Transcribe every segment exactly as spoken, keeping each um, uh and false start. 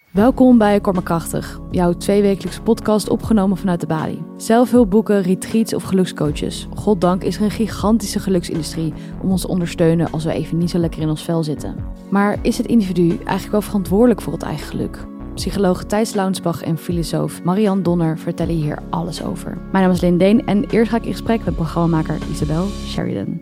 Welkom bij Kom maar Krachtig, jouw tweewekelijkse podcast opgenomen vanuit de Bali. Zelfhulpboeken, retreats of gelukscoaches. Goddank is er een gigantische geluksindustrie om ons te ondersteunen als we even niet zo lekker in ons vel zitten. Maar is het individu eigenlijk wel verantwoordelijk voor het eigen geluk? Psycholoog Thijs Launsbach en filosoof Marianne Donner vertellen hier alles over. Mijn naam is Lindeen en eerst ga ik in gesprek met programmamaker Isabel Sheridan.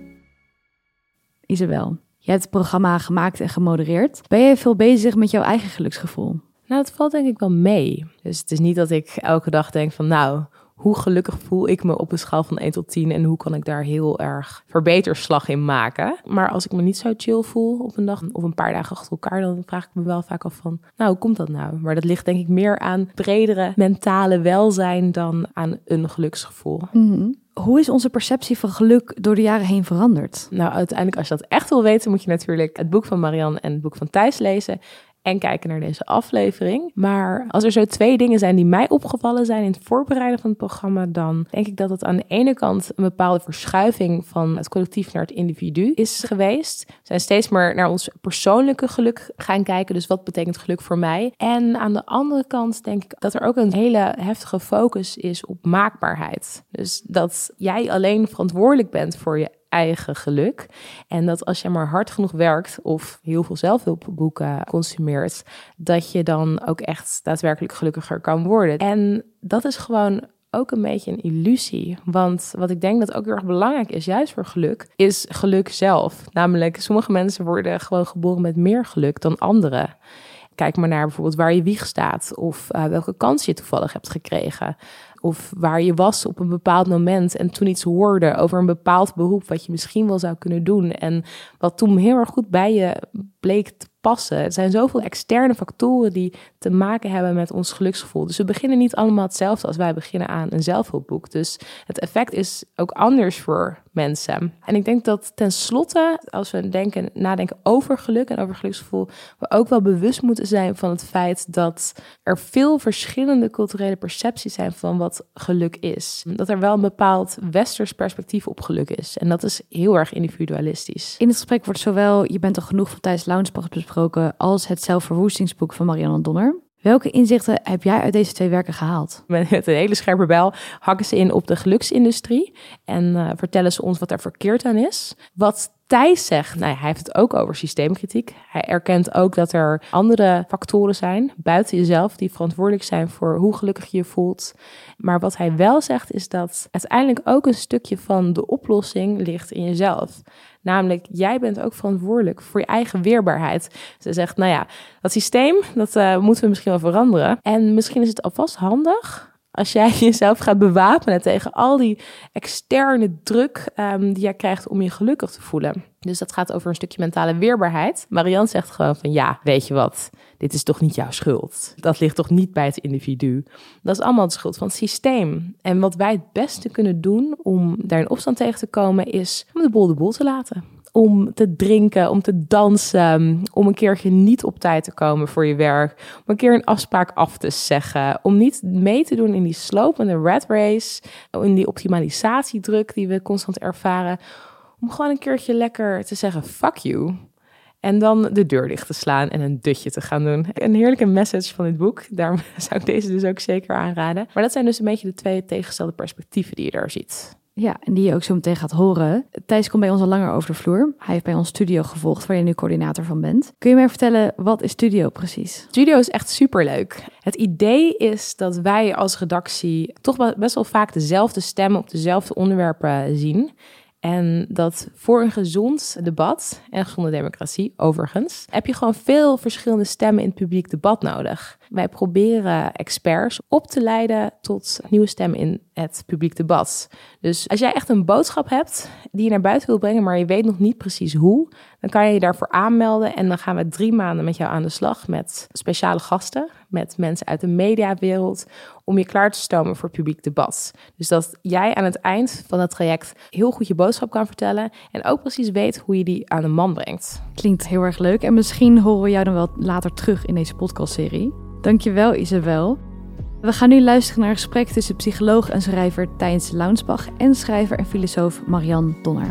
Isabel, je hebt het programma gemaakt en gemodereerd. Ben jij veel bezig met jouw eigen geluksgevoel? Nou, het valt denk ik wel mee. Dus het is niet dat ik elke dag denk van nou, hoe gelukkig voel ik me op een schaal van één tot tien en hoe kan ik daar heel erg verbeterslag in maken. Maar als ik me niet zo chill voel op een dag of een paar dagen achter elkaar, dan vraag ik me wel vaak af van, nou, hoe komt dat nou? Maar dat ligt denk ik meer aan bredere mentale welzijn dan aan een geluksgevoel. Mm-hmm. Hoe is onze perceptie van geluk door de jaren heen veranderd? Nou, uiteindelijk als je dat echt wil weten, moet je natuurlijk het boek van Marianne en het boek van Thijs lezen en kijken naar deze aflevering. Maar als er zo twee dingen zijn die mij opgevallen zijn in het voorbereiden van het programma, dan denk ik dat het aan de ene kant een bepaalde verschuiving van het collectief naar het individu is geweest. We zijn steeds meer naar ons persoonlijke geluk gaan kijken. Dus wat betekent geluk voor mij? En aan de andere kant denk ik dat er ook een hele heftige focus is op maakbaarheid. Dus dat jij alleen verantwoordelijk bent voor je eigen geluk. En dat als je maar hard genoeg werkt of heel veel zelfhulpboeken consumeert, dat je dan ook echt daadwerkelijk gelukkiger kan worden. En dat is gewoon ook een beetje een illusie. Want wat ik denk dat ook heel erg belangrijk is, juist voor geluk, is geluk zelf. Namelijk, sommige mensen worden gewoon geboren met meer geluk dan anderen. Kijk maar naar bijvoorbeeld waar je wieg staat of uh, welke kans je toevallig hebt gekregen. Of waar je was op een bepaald moment en toen iets hoorde over een bepaald beroep wat je misschien wel zou kunnen doen. En wat toen heel erg goed bij je bleek te passen. Er zijn zoveel externe factoren die te maken hebben met ons geluksgevoel. Dus we beginnen niet allemaal hetzelfde als wij beginnen aan een zelfhulpboek. Dus het effect is ook anders voor mensen. En ik denk dat tenslotte, als we denken, nadenken over geluk en over geluksgevoel, we ook wel bewust moeten zijn van het feit dat er veel verschillende culturele percepties zijn van wat geluk is. Dat er wel een bepaald westers perspectief op geluk is. En dat is heel erg individualistisch. In het gesprek wordt zowel Je bent toch genoeg van Thijs Launsbach besproken als het zelfverwoestingsboek van Marianne Donner. Welke inzichten heb jij uit deze twee werken gehaald? Met een hele scherpe bijl hakken ze in op de geluksindustrie en uh, vertellen ze ons wat er verkeerd aan is. Wat Thijs zegt, nou, hij heeft het ook over systeemkritiek. Hij erkent ook dat er andere factoren zijn buiten jezelf die verantwoordelijk zijn voor hoe gelukkig je je voelt. Maar wat hij wel zegt is dat uiteindelijk ook een stukje van de oplossing ligt in jezelf. Namelijk, jij bent ook verantwoordelijk voor je eigen weerbaarheid. Ze zegt, nou ja, dat systeem, dat uh, moeten we misschien wel veranderen. En misschien is het alvast handig als jij jezelf gaat bewapenen tegen al die externe druk um, die jij krijgt om je gelukkig te voelen. Dus dat gaat over een stukje mentale weerbaarheid. Marianne zegt gewoon van ja, weet je wat, dit is toch niet jouw schuld. Dat ligt toch niet bij het individu. Dat is allemaal de schuld van het systeem. En wat wij het beste kunnen doen om daar in opstand tegen te komen is om de boel de boel te laten. Om te drinken, om te dansen, om een keertje niet op tijd te komen voor je werk, om een keer een afspraak af te zeggen, om niet mee te doen in die slopende rat race, in die optimalisatiedruk die we constant ervaren, om gewoon een keertje lekker te zeggen fuck you en dan de deur dicht te slaan en een dutje te gaan doen. Een heerlijke message van dit boek, daarom zou ik deze dus ook zeker aanraden. Maar dat zijn dus een beetje de twee tegengestelde perspectieven die je daar ziet. Ja, en die je ook zo meteen gaat horen. Thijs komt bij ons al langer over de vloer. Hij heeft bij ons Studio gevolgd, waar je nu coördinator van bent. Kun je mij vertellen, wat is Studio precies? Studio is echt superleuk. Het idee is dat wij als redactie toch best wel vaak dezelfde stemmen op dezelfde onderwerpen zien. En dat voor een gezond debat en een gezonde democratie, overigens, heb je gewoon veel verschillende stemmen in het publiek debat nodig. Wij proberen experts op te leiden tot nieuwe stemmen in het publiek debat. Dus als jij echt een boodschap hebt die je naar buiten wil brengen, maar je weet nog niet precies hoe, dan kan je je daarvoor aanmelden en dan gaan we drie maanden met jou aan de slag met speciale gasten, met mensen uit de mediawereld, om je klaar te stomen voor het publiek debat. Dus dat jij aan het eind van het traject heel goed je boodschap kan vertellen en ook precies weet hoe je die aan de man brengt. Klinkt heel erg leuk en misschien horen we jou dan wel later terug in deze podcastserie. Dankjewel Isabel. We gaan nu luisteren naar een gesprek tussen psycholoog en schrijver Thijs Launsbach en schrijver en filosoof Marianne Donner.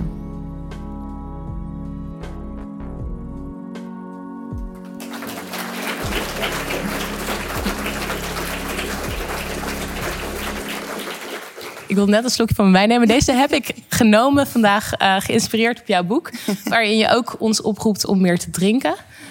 Ik wil net een slokje van mijn wijn nemen. Deze heb ik genomen vandaag, uh, geïnspireerd op jouw boek. Waarin je ook ons oproept om meer te drinken.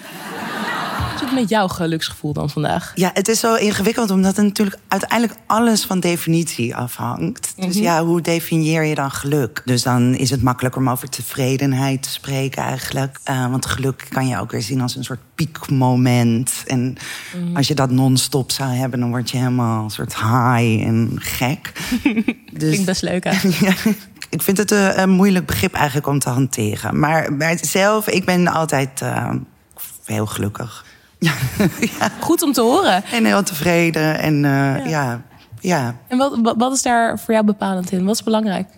Wat is het met jouw geluksgevoel dan vandaag? Ja, het is zo ingewikkeld, omdat het natuurlijk uiteindelijk alles van definitie afhangt. Mm-hmm. Dus ja, hoe definieer je dan geluk? Dus dan is het makkelijker om over tevredenheid te spreken eigenlijk. Uh, want geluk kan je ook weer zien als een soort piekmoment. En mm-hmm. als je dat non-stop zou hebben, dan word je helemaal een soort high en gek. Dus, klinkt best leuk eigenlijk. Ja, ik vind het een, een moeilijk begrip eigenlijk om te hanteren. Maar bij zelf, ik ben altijd uh, heel gelukkig. Ja, ja. Goed om te horen. En heel tevreden. En uh, ja. ja, ja. En wat, wat is daar voor jou bepalend in? Wat is belangrijk?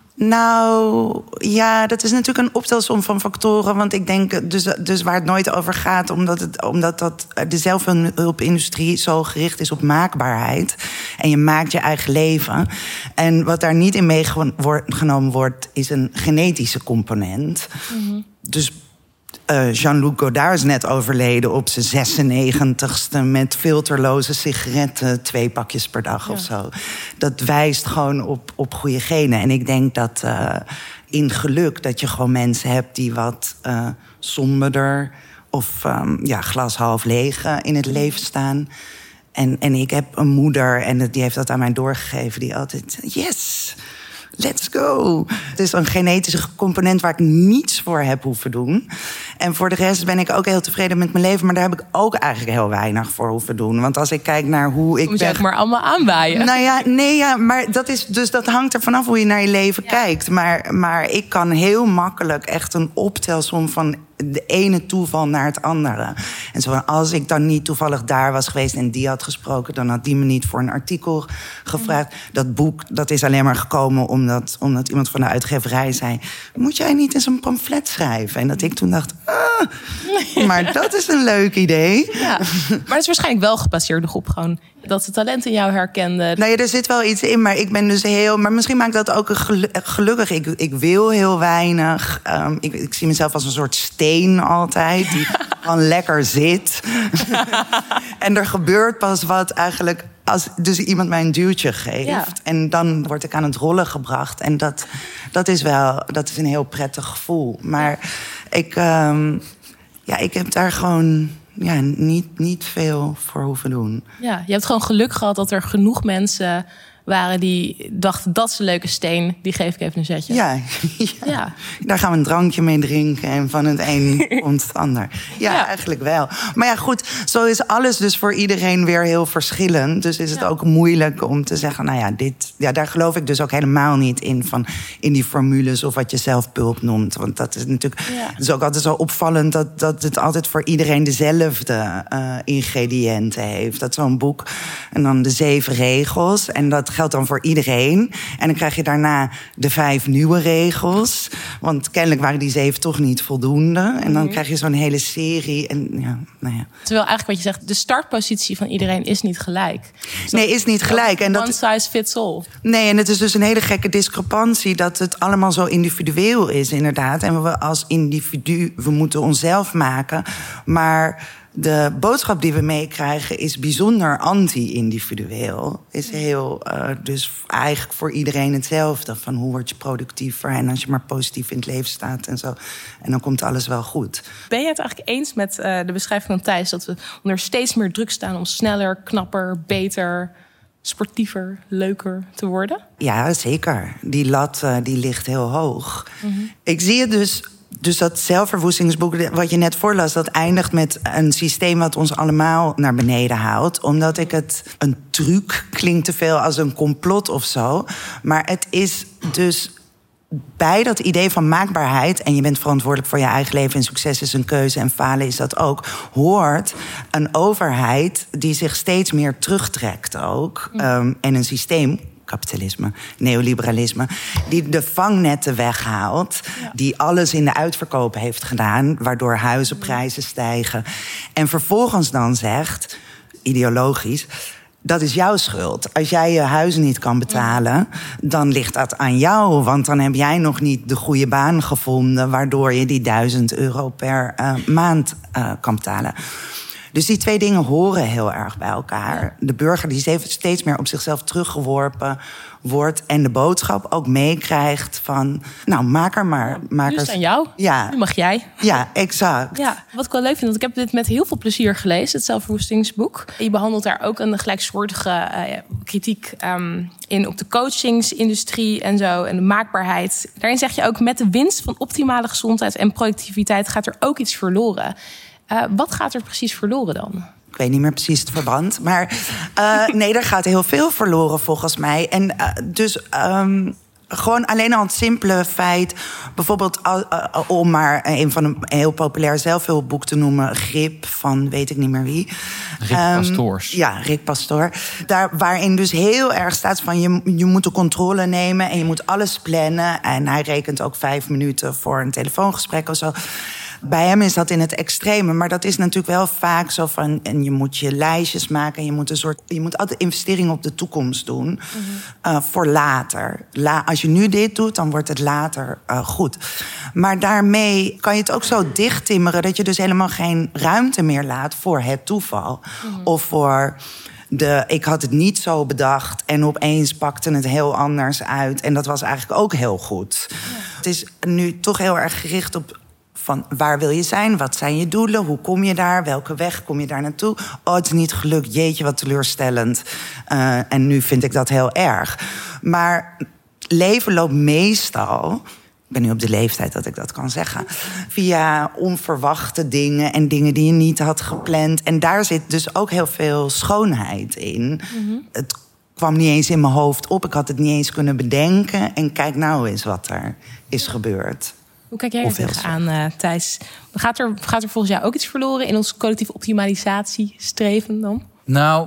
Nou, ja, dat is natuurlijk een optelsom van factoren. Want ik denk, dus, dus waar het nooit over gaat, omdat, het, omdat dat, de zelfhulpindustrie zo gericht is op maakbaarheid. En je maakt je eigen leven. En wat daar niet in meegenomen wordt, is een genetische component. Mm-hmm. Dus Uh, Jean-Luc Godard is net overleden op zijn zesennegentigste... met filterloze sigaretten, twee pakjes per dag ja. of zo. Dat wijst gewoon op, op goede genen. En ik denk dat uh, in geluk dat je gewoon mensen hebt... die wat uh, somberder of um, ja, glas half leeg uh, in het leven staan. En, en ik heb een moeder en die heeft dat aan mij doorgegeven... die altijd, yes... Let's go. Het is een genetische component waar ik niets voor heb hoeven doen. En voor de rest ben ik ook heel tevreden met mijn leven. Maar daar heb ik ook eigenlijk heel weinig voor hoeven doen. Want als ik kijk naar hoe ik Moet je ben... ook maar allemaal aanwaaien. Nou ja, nee, ja, maar dat is dus dat hangt er vanaf hoe je naar je leven ja. kijkt. Maar, maar ik kan heel makkelijk echt een optelsom van de ene toeval naar het andere. En zo van, als ik dan niet toevallig daar was geweest en die had gesproken, dan had die me niet voor een artikel gevraagd. Mm. Dat boek, dat is alleen maar gekomen omdat, omdat iemand van de uitgeverij zei, moet jij niet eens een pamflet schrijven? En dat ik toen dacht, ah, maar dat is een leuk idee. Ja, maar het is waarschijnlijk wel gebaseerd nog op gewoon dat ze talent in jou herkende. Nou ja, er zit wel iets in, maar ik ben dus heel... Maar misschien maakt dat ook een gelukkig. Ik, ik wil heel weinig. Um, ik, ik zie mezelf als een soort steen altijd, die gewoon lekker zit. En er gebeurt pas wat eigenlijk als dus iemand mij een duwtje geeft. Ja. En dan word ik aan het rollen gebracht. En dat, dat is wel dat is een heel prettig gevoel. Maar ik, um, ja, ik heb daar gewoon... Ja, niet, niet veel voor hoeven doen. Ja, je hebt gewoon geluk gehad dat er genoeg mensen waren die dachten, dat is een leuke steen, die geef ik even een zetje. Ja, ja. ja. Daar gaan we een drankje mee drinken en van het een komt het ander. Ja, ja, eigenlijk wel. Maar ja, goed, zo is alles dus voor iedereen weer heel verschillend. Dus is het ja. ook moeilijk om te zeggen, nou ja, dit, ja, daar geloof ik dus ook helemaal niet in, van in die formules of wat je zelf pulp noemt. Want dat is natuurlijk, ja. het is ook altijd zo opvallend dat, dat het altijd voor iedereen dezelfde uh, ingrediënten heeft. Dat zo'n boek en dan de zeven regels en dat geldt dan voor iedereen. En dan krijg je daarna de vijf nieuwe regels. Want kennelijk waren die zeven toch niet voldoende. En dan krijg je zo'n hele serie. En ja, nou ja. Terwijl eigenlijk wat je zegt, de startpositie van iedereen is niet gelijk. Dus nee, is niet gelijk. En one dat, size fits all. Nee, en het is dus een hele gekke discrepantie dat het allemaal zo individueel is, inderdaad. En we als individu, we moeten onszelf maken. Maar de boodschap die we meekrijgen is bijzonder anti-individueel. Is heel, uh, dus eigenlijk voor iedereen hetzelfde. Van hoe word je productiever en als je maar positief in het leven staat en zo. En dan komt alles wel goed. Ben je het eigenlijk eens met uh, de beschrijving van Thijs, dat we onder steeds meer druk staan om sneller, knapper, beter, sportiever, leuker te worden? Ja, zeker. Die lat uh, die ligt heel hoog. Mm-hmm. Ik zie het dus... Dus dat zelfverwoestingsboek wat je net voorlas, dat eindigt met een systeem wat ons allemaal naar beneden haalt. Omdat ik het een truc klinkt te veel als een complot of zo. Maar het is dus bij dat idee van maakbaarheid, en je bent verantwoordelijk voor je eigen leven en succes is een keuze en falen is dat ook, hoort een overheid die zich steeds meer terugtrekt ook. Ja. Um, en een systeem, kapitalisme, neoliberalisme, die de vangnetten weghaalt, ja. die alles in de uitverkoop heeft gedaan, waardoor huizenprijzen stijgen. En vervolgens dan zegt, ideologisch, dat is jouw schuld. Als jij je huis niet kan betalen, dan ligt dat aan jou. Want dan heb jij nog niet de goede baan gevonden, waardoor je die duizend euro per uh, maand uh, kan betalen. Dus die twee dingen horen heel erg bij elkaar. De burger die steeds meer op zichzelf teruggeworpen wordt en de boodschap ook meekrijgt van, nou, maak er maar. Maak nu is er... het aan jou. Ja. Nu mag jij. Ja, exact. Ja, wat ik wel leuk vind, want ik heb dit met heel veel plezier gelezen, het zelfverwoestingsboek. Je behandelt daar ook een gelijksoortige uh, kritiek um, in op de coachingsindustrie en zo, en de maakbaarheid. Daarin zeg je ook, met de winst van optimale gezondheid en productiviteit gaat er ook iets verloren. Uh, wat gaat er precies verloren dan? Ik weet niet meer precies het verband. Maar uh, nee, er gaat heel veel verloren volgens mij. En uh, dus um, gewoon alleen al het simpele feit, bijvoorbeeld uh, uh, om maar een van een heel populair zelfhulpboek te noemen, Grip van weet ik niet meer wie. Rick um, Pastoors. Ja, Rick Pastoor. Daar, waarin dus heel erg staat van je, je moet de controle nemen en je moet alles plannen. En hij rekent ook vijf minuten voor een telefoongesprek of zo. Bij hem is dat in het extreme, maar dat is natuurlijk wel vaak zo van, en je moet je lijstjes maken en je moet een soort, je moet altijd investeringen op de toekomst doen, mm-hmm. uh, voor later. La, als je nu dit doet, dan wordt het later uh, goed. Maar daarmee kan je het ook zo dicht timmeren dat je dus helemaal geen ruimte meer laat voor het toeval, mm-hmm. of voor de, ik had het niet zo bedacht en opeens pakte het heel anders uit en dat was eigenlijk ook heel goed. Ja. Het is nu toch heel erg gericht op van waar wil je zijn, wat zijn je doelen, hoe kom je daar, welke weg kom je daar naartoe. Oh, het is niet gelukt, jeetje, wat teleurstellend. Uh, en nu vind ik dat heel erg. Maar leven loopt meestal, ik ben nu op de leeftijd dat ik dat kan zeggen, via onverwachte dingen en dingen die je niet had gepland. En daar zit dus ook heel veel schoonheid in. Mm-hmm. Het kwam niet eens in mijn hoofd op, ik had het niet eens kunnen bedenken. En kijk nou eens wat er is gebeurd. Hoe kijk jij er tegenaan, uh, Thijs? Gaat er, gaat er volgens jou ook iets verloren in ons collectieve optimalisatiestreven dan? Nou,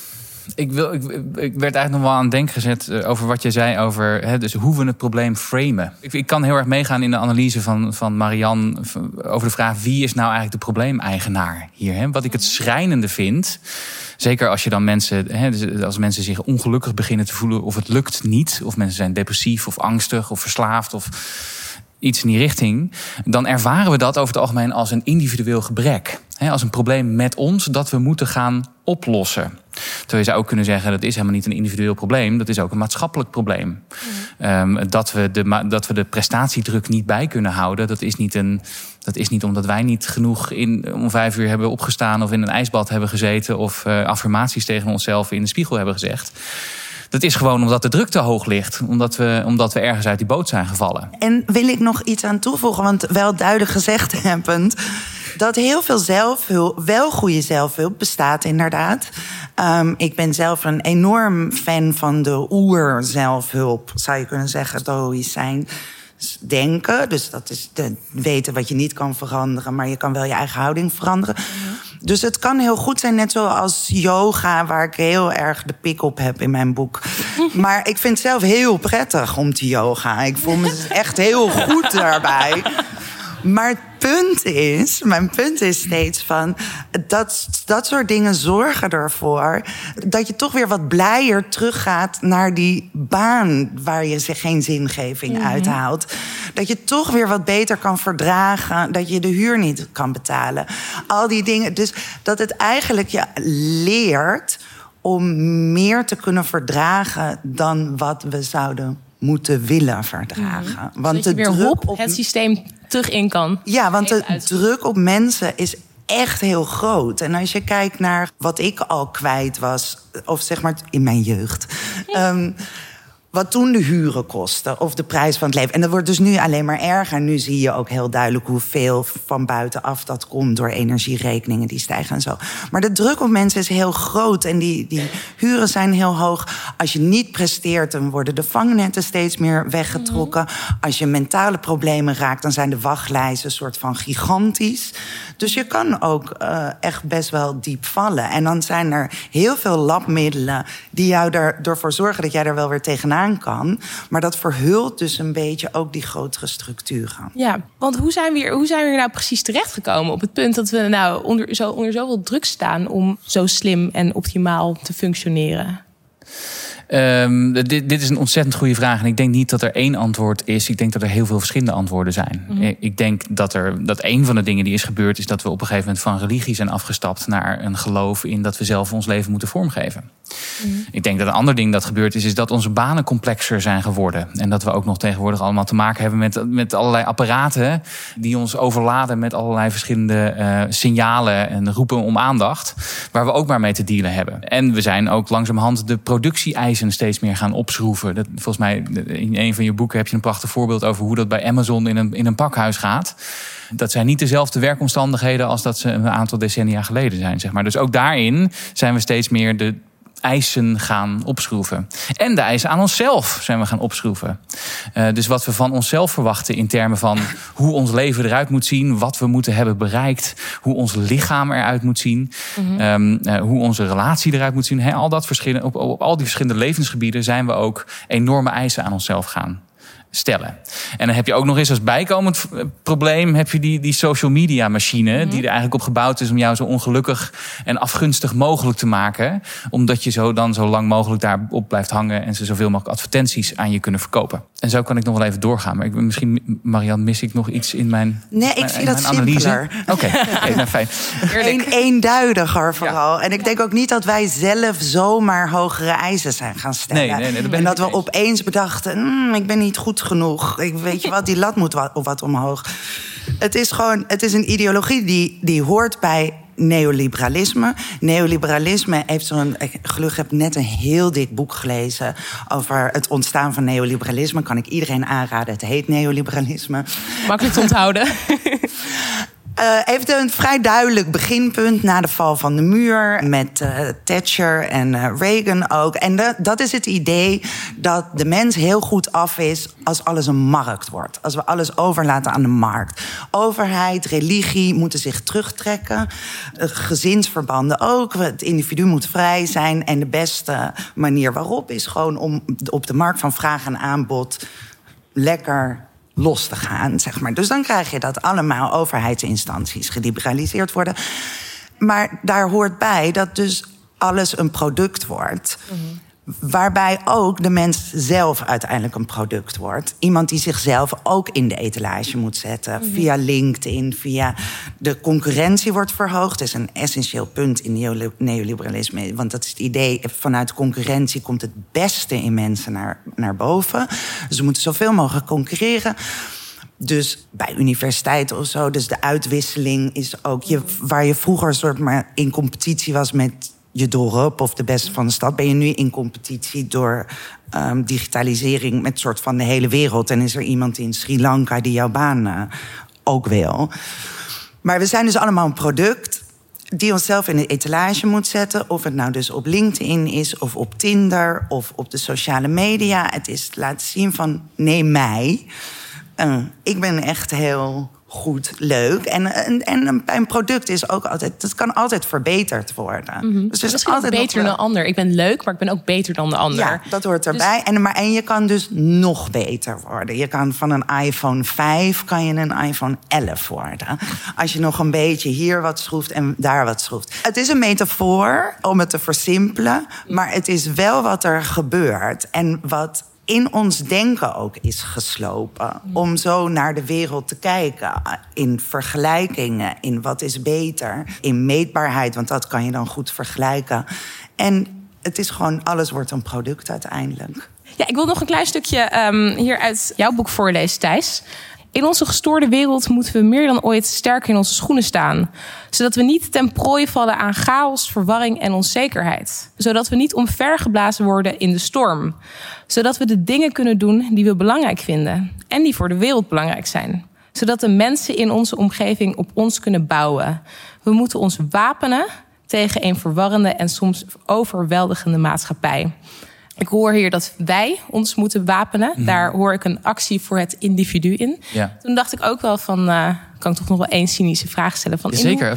ik, wil, ik, ik werd eigenlijk nog wel aan het denken gezet uh, over wat je zei over hè, dus hoe we het probleem framen. Ik, ik kan heel erg meegaan in de analyse van, van Marianne over de vraag wie is nou eigenlijk de probleemeigenaar hier. Hè? Wat ik het schrijnende vind, zeker als je dan mensen, hè, als mensen zich ongelukkig beginnen te voelen of het lukt niet, of mensen zijn depressief of angstig of verslaafd of iets in die richting, dan ervaren we dat over het algemeen als een individueel gebrek. Hè, als een probleem met ons dat we moeten gaan oplossen. Terwijl je zou ook kunnen zeggen, dat is helemaal niet een individueel probleem, dat is ook een maatschappelijk probleem. Mm. Um, dat, we de, dat we de prestatiedruk niet bij kunnen houden, dat is niet, een, dat is niet omdat wij niet genoeg in, om vijf uur hebben opgestaan of in een ijsbad hebben gezeten of uh, affirmaties tegen onszelf in de spiegel hebben gezegd. Dat is gewoon omdat de druk te hoog ligt. Omdat we, omdat we ergens uit die boot zijn gevallen. En wil ik nog iets aan toevoegen, want wel duidelijk gezegd hebbend, dat heel veel zelfhulp, wel goede zelfhulp, bestaat inderdaad. Um, ik ben zelf een enorm fan van de oer-zelfhulp, zou je kunnen zeggen, stoïcijn denken. Dus dat is de, weten wat je niet kan veranderen, maar je kan wel je eigen houding veranderen. Mm-hmm. Dus het kan heel goed zijn, net zoals yoga, waar ik heel erg de pik op heb in mijn boek. Maar ik vind het zelf heel prettig om te yoga. Ik voel me echt heel goed daarbij. Maar het punt is, mijn punt is steeds van, dat, dat soort dingen zorgen ervoor dat je toch weer wat blijer teruggaat naar die baan waar je zich geen zingeving mm-hmm. uithaalt. Dat je toch weer wat beter kan verdragen, dat je de huur niet kan betalen. Al die dingen. Dus dat het eigenlijk je leert om meer te kunnen verdragen dan wat we zouden moeten willen verdragen. Mm-hmm. Want dat de je weer druk hop op het systeem terug in kan. Ja, want de druk op mensen is echt heel groot. En als je kijkt naar wat ik al kwijt was, of zeg maar in mijn jeugd, um, wat toen de huren kosten of de prijs van het leven. En dat wordt dus nu alleen maar erger. Nu zie je ook heel duidelijk hoeveel van buitenaf dat komt door energierekeningen die stijgen en zo. Maar de druk op mensen is heel groot en die, die huren zijn heel hoog. Als je niet presteert, dan worden de vangnetten steeds meer weggetrokken. Mm-hmm. Als je mentale problemen raakt, dan zijn de wachtlijsten een soort van gigantisch. Dus je kan ook uh, echt best wel diep vallen. En dan zijn er heel veel labmiddelen die jou ervoor zorgen dat jij er wel weer tegenaan kan. Maar dat verhult dus een beetje ook die grotere structuren. Ja, want hoe zijn we hier, hoe zijn we hier nou precies terechtgekomen op het punt dat we nou onder, zo, onder zoveel druk staan om zo slim en optimaal te functioneren? Um, dit, dit is een ontzettend goede vraag. En ik denk niet dat er één antwoord is. Ik denk dat er heel veel verschillende antwoorden zijn. Mm-hmm. Ik denk dat er dat een van de dingen die is gebeurd... is dat we op een gegeven moment van religie zijn afgestapt... naar een geloof in dat we zelf ons leven moeten vormgeven. Mm-hmm. Ik denk dat een ander ding dat gebeurd is... is dat onze banen complexer zijn geworden. En dat we ook nog tegenwoordig allemaal te maken hebben... met, met allerlei apparaten die ons overladen... met allerlei verschillende uh, signalen en roepen om aandacht... waar we ook maar mee te dealen hebben. En we zijn ook langzamerhand de productie-eisen steeds meer gaan opschroeven. Dat, volgens mij, in een van je boeken heb je een prachtig voorbeeld... over hoe dat bij Amazon in een, in een pakhuis gaat... Dat zijn niet dezelfde werkomstandigheden als dat ze een aantal decennia geleden zijn. Zeg maar. Dus ook daarin zijn we steeds meer de eisen gaan opschroeven. En de eisen aan onszelf zijn we gaan opschroeven. Uh, dus wat we van onszelf verwachten in termen van hoe ons leven eruit moet zien, wat we moeten hebben bereikt, hoe ons lichaam eruit moet zien, mm-hmm. um, uh, hoe onze relatie eruit moet zien. He, al dat verschillen, op, op al die verschillende levensgebieden zijn we ook enorme eisen aan onszelf gaan stellen. En dan heb je ook nog eens als bijkomend probleem... heb je die, die social media machine... Mm-hmm. die er eigenlijk op gebouwd is om jou zo ongelukkig... en afgunstig mogelijk te maken. Omdat je zo dan zo lang mogelijk daarop blijft hangen... en ze zoveel mogelijk advertenties aan je kunnen verkopen. En zo kan ik nog wel even doorgaan. Maar ik, misschien, Marianne, mis ik nog iets in mijn Nee, ik mijn, zie dat analyse? simpeler. Oké, okay. okay, nou fijn. Een, eenduidiger vooral. Ja. En ik denk ook niet dat wij zelf zomaar hogere eisen zijn gaan stellen. Nee, nee, nee, dat en dat we eens. opeens bedachten... Mm, ik ben niet goed genoeg. Ik, weet je wat, die lat moet wat, wat omhoog. Het is gewoon, het is een ideologie die, die hoort bij neoliberalisme. Neoliberalisme heeft zo'n... Ik gelukkig heb net een heel dik boek gelezen... over het ontstaan van neoliberalisme. Kan ik iedereen aanraden. Het heet neoliberalisme. Makkelijk te onthouden. Uh, heeft een vrij duidelijk beginpunt na de val van de muur... met uh, Thatcher en uh, Reagan ook. En de, dat is het idee dat de mens heel goed af is... als alles een markt wordt. Als we alles overlaten aan de markt. Overheid, religie moeten zich terugtrekken. Uh, gezinsverbanden ook. Het individu moet vrij zijn. En de beste manier waarop is gewoon om op de markt van vraag en aanbod... lekker los te gaan, zeg maar. Dus dan krijg je dat allemaal overheidsinstanties geliberaliseerd worden. Maar daar hoort bij dat dus alles een product wordt. Mm-hmm. Waarbij ook de mens zelf uiteindelijk een product wordt. Iemand die zichzelf ook in de etalage moet zetten. Mm-hmm. Via LinkedIn, via de concurrentie wordt verhoogd. Dat is een essentieel punt in neoliberalisme. Want dat is het idee, vanuit concurrentie komt het beste in mensen naar, naar boven. Dus we moeten zoveel mogelijk concurreren. Dus bij universiteiten of zo. Dus de uitwisseling is ook... Je, waar je vroeger soort maar in competitie was met je dorp of de beste van de stad, ben je nu in competitie door um, digitalisering met soort van de hele wereld. En is er iemand in Sri Lanka die jouw baan uh, ook wil. Maar we zijn dus allemaal een product die onszelf in de etalage moet zetten. Of het nou dus op LinkedIn is, of op Tinder, of op de sociale media. Het is het laten zien van, nee, mij. Uh, ik ben echt heel goed, leuk. En, en, en een product is ook altijd... dat kan altijd verbeterd worden. Mm-hmm. Dus het is altijd beter dan de ander. Ik ben leuk, maar ik ben ook beter dan de ander. Ja, dat hoort erbij. Dus... En, maar, en je kan dus nog beter worden. Je kan van een iPhone vijf kan je een iPhone elf worden. Als je nog een beetje hier wat schroeft en daar wat schroeft. Het is een metafoor om het te versimpelen. Maar het is wel wat er gebeurt. En wat in ons denken ook is geslopen. Om zo naar de wereld te kijken. In vergelijkingen, in wat is beter. In meetbaarheid, want dat kan je dan goed vergelijken. En het is gewoon, alles wordt een product uiteindelijk. Ja, ik wil nog een klein stukje um, hier uit jouw boek voorlezen, Thijs. In onze gestoorde wereld moeten we meer dan ooit sterk in onze schoenen staan. Zodat we niet ten prooi vallen aan chaos, verwarring en onzekerheid. Zodat we niet omvergeblazen worden in de storm. Zodat we de dingen kunnen doen die we belangrijk vinden. En die voor de wereld belangrijk zijn. Zodat de mensen in onze omgeving op ons kunnen bouwen. We moeten ons wapenen tegen een verwarrende en soms overweldigende maatschappij. Ik hoor hier dat wij ons moeten wapenen. Mm. Daar hoor ik een actie voor het individu in. Ja. Toen dacht ik ook wel van, uh, kan ik toch nog wel één cynische vraag stellen? Van, ja, zeker, in, absoluut.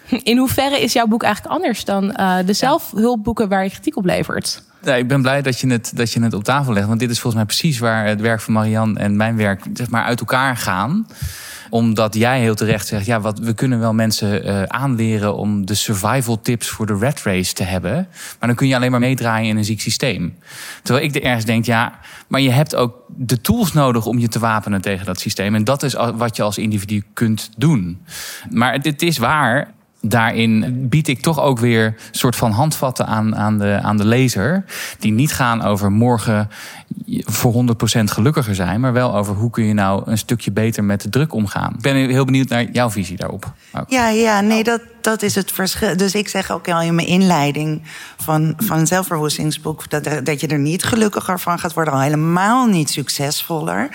In hoeverre is jouw boek eigenlijk anders dan uh, de zelfhulpboeken waar je kritiek op levert? Ja, ik ben blij dat je, het, dat je het op tafel legt. Want dit is volgens mij precies waar het werk van Marianne en mijn werk zeg maar, uit elkaar gaan. Omdat jij heel terecht zegt, ja, wat, we kunnen wel mensen uh, aanleren om de survival tips voor de rat race te hebben. Maar dan kun je alleen maar meedraaien in een ziek systeem. Terwijl ik er ergens denk, ja, maar je hebt ook de tools nodig om je te wapenen tegen dat systeem. En dat is wat je als individu kunt doen. Maar het is waar. Daarin bied ik toch ook weer een soort van handvatten aan, aan, de, aan de lezer. Die niet gaan over morgen voor honderd procent gelukkiger zijn. Maar wel over hoe kun je nou een stukje beter met de druk omgaan. Ik ben heel benieuwd naar jouw visie daarop. Ook. Ja, ja, nee, dat, dat is het verschil. Dus ik zeg ook al in mijn inleiding van, van een zelfverwoestingsboek... Dat, dat je er niet gelukkiger van gaat worden. Al helemaal niet succesvoller.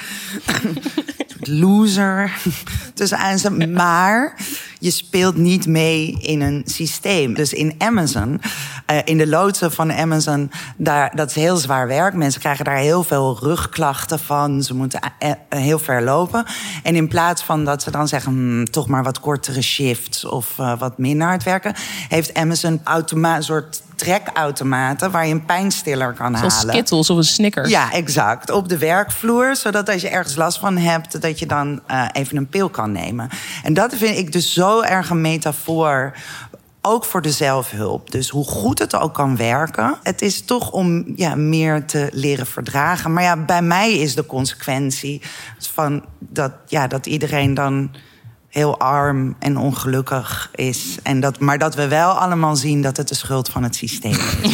Loser. Dus aan ze, maar je speelt niet mee in een systeem. Dus in Amazon, uh, in de loodsen van Amazon, daar, dat is heel zwaar werk. Mensen krijgen daar heel veel rugklachten van. Ze moeten uh, heel ver lopen. En in plaats van dat ze dan zeggen, hmm, toch maar wat kortere shifts of uh, wat minder hard werken, heeft Amazon automa- een soort trekautomaten waar je een pijnstiller kan Zoals halen. Skittles of een Snickers. Ja, exact. Op de werkvloer, zodat als je ergens last van hebt, dat je dan uh, even een pil kan nemen. En dat vind ik dus zo erg een metafoor, ook voor de zelfhulp. Dus hoe goed het ook kan werken, het is toch om ja, meer te leren verdragen. Maar ja, bij mij is de consequentie van dat, ja, dat iedereen dan heel arm en ongelukkig is. En dat, maar dat we wel allemaal zien dat het de schuld van het systeem is.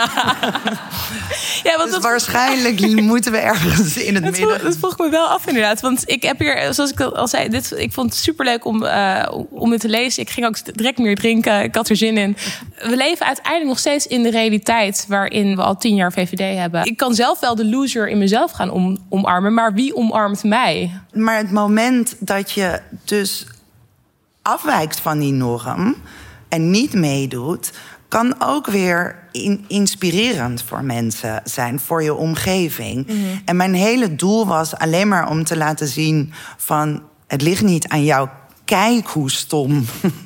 Ja, want dus dat... waarschijnlijk moeten we ergens in het dat midden. Vroeg, dat vroeg me wel af inderdaad. Want ik heb hier, zoals ik al zei, dit, ik vond het superleuk om, uh, om dit te lezen. Ik ging ook direct meer drinken. Ik had er zin in. We leven uiteindelijk nog steeds in de realiteit waarin we al tien jaar V V D hebben. Ik kan zelf wel de loser in mezelf gaan om, omarmen. Maar wie omarmt mij? Maar het moment dat je dus afwijkt van die norm en niet meedoet, kan ook weer in, inspirerend voor mensen zijn, voor je omgeving. Mm-hmm. En mijn hele doel was alleen maar om te laten zien van, het ligt niet aan jou. Kijk hoe stom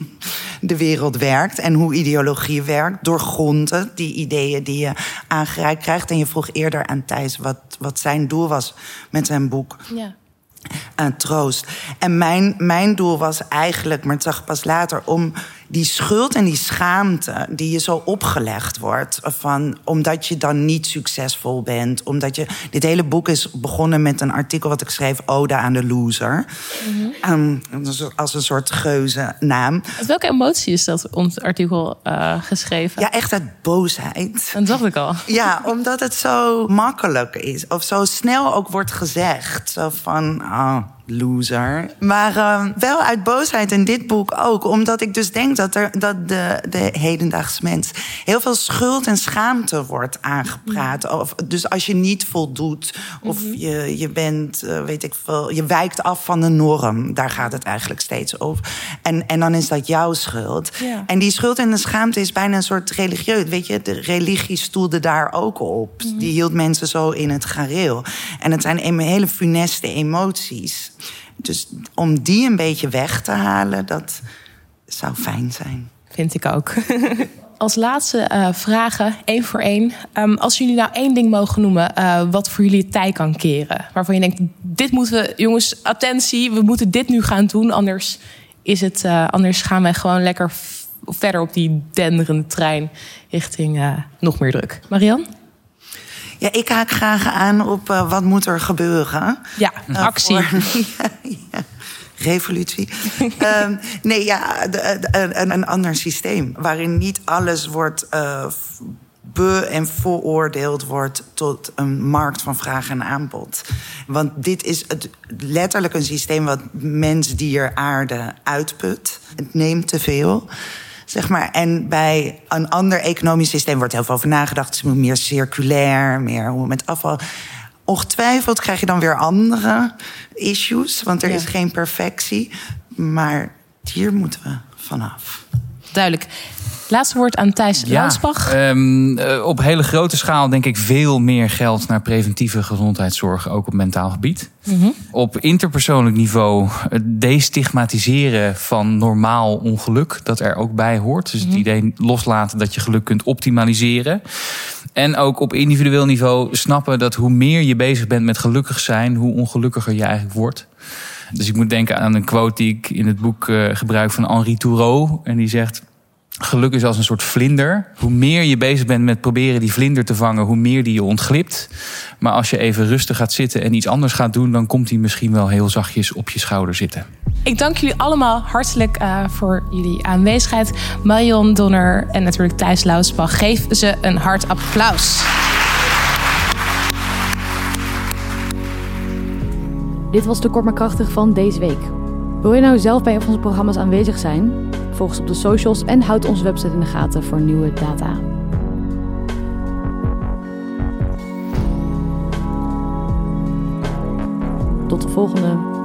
de wereld werkt en hoe ideologie werkt. Doorgronden die ideeën die je aangereikt krijgt. En je vroeg eerder aan Thijs wat, wat zijn doel was met zijn boek. Ja. Aan troost. En mijn, mijn doel was eigenlijk, maar het zag ik pas later, om die schuld en die schaamte die je zo opgelegd wordt, van, omdat je dan niet succesvol bent. Omdat je, dit hele boek is begonnen met een artikel wat ik schreef, Ode aan de Loser. Mm-hmm. Um, als een soort geuze naam. Uit welke emotie is dat ons artikel uh, geschreven? Ja, echt uit boosheid. Dat dacht ik al. Ja, omdat het zo makkelijk is. Of zo snel ook wordt gezegd. Zo van, oh, loser. Maar uh, wel uit boosheid in dit boek ook. Omdat ik dus denk dat, er, dat de, de hedendaagse mens heel veel schuld en schaamte wordt aangepraat. Mm. Of, dus als je niet voldoet, of mm-hmm. je, je bent, uh, weet ik veel, je wijkt af van de norm. Daar gaat het eigenlijk steeds over. En, en dan is dat jouw schuld. Yeah. En die schuld en de schaamte is bijna een soort religieus. Weet je, de religie stoelde daar ook op. Mm-hmm. Die hield mensen zo in het gareel. En het zijn hele funeste emoties. Dus om die een beetje weg te halen, dat zou fijn zijn. Vind ik ook. Als laatste uh, vragen, één voor één. Um, als jullie nou één ding mogen noemen, uh, wat voor jullie het tij kan keren. Waarvan je denkt, dit moeten we, jongens, attentie, we moeten dit nu gaan doen. Anders, is het, uh, anders gaan wij gewoon lekker f- verder op die denderende trein richting uh, nog meer druk. Marianne? Ja, ik haak graag aan op uh, wat moet er gebeuren. Ja, uh, actie. Voor, ja, ja. Revolutie. um, nee, ja, de, de, een, een ander systeem. Waarin niet alles wordt uh, be- en veroordeeld wordt tot een markt van vraag en aanbod. Want dit is het, letterlijk een systeem wat mens, dier, aarde uitput. Het neemt te veel. Zeg maar. En bij een ander economisch systeem wordt heel veel over nagedacht. Het is meer circulair, meer hoe met afval. Ongetwijfeld krijg je dan weer andere issues, want er ja. is geen perfectie. Maar hier moeten we vanaf. Duidelijk. Laatste woord aan Thijs Ja, Launsbach. Um, uh, op hele grote schaal denk ik veel meer geld naar preventieve gezondheidszorg, ook op mentaal gebied. Mm-hmm. Op interpersoonlijk niveau het destigmatiseren van normaal ongeluk, dat er ook bij hoort. Dus mm-hmm. het idee loslaten dat je geluk kunt optimaliseren. En ook op individueel niveau snappen dat hoe meer je bezig bent met gelukkig zijn, hoe ongelukkiger je eigenlijk wordt. Dus ik moet denken aan een quote die ik in het boek uh, gebruik van Henri Thoreau. En die zegt: geluk is als een soort vlinder. Hoe meer je bezig bent met proberen die vlinder te vangen, hoe meer die je ontglipt. Maar als je even rustig gaat zitten en iets anders gaat doen, dan komt die misschien wel heel zachtjes op je schouder zitten. Ik dank jullie allemaal hartelijk uh, voor jullie aanwezigheid. Marion Donner en natuurlijk Thijs Launsbach. Geef ze een hard applaus. Dit was de Kort maar Krachtig van deze week. Wil je nou zelf bij een van onze programma's aanwezig zijn? Volg ons op de socials en houd onze website in de gaten voor nieuwe data. Tot de volgende.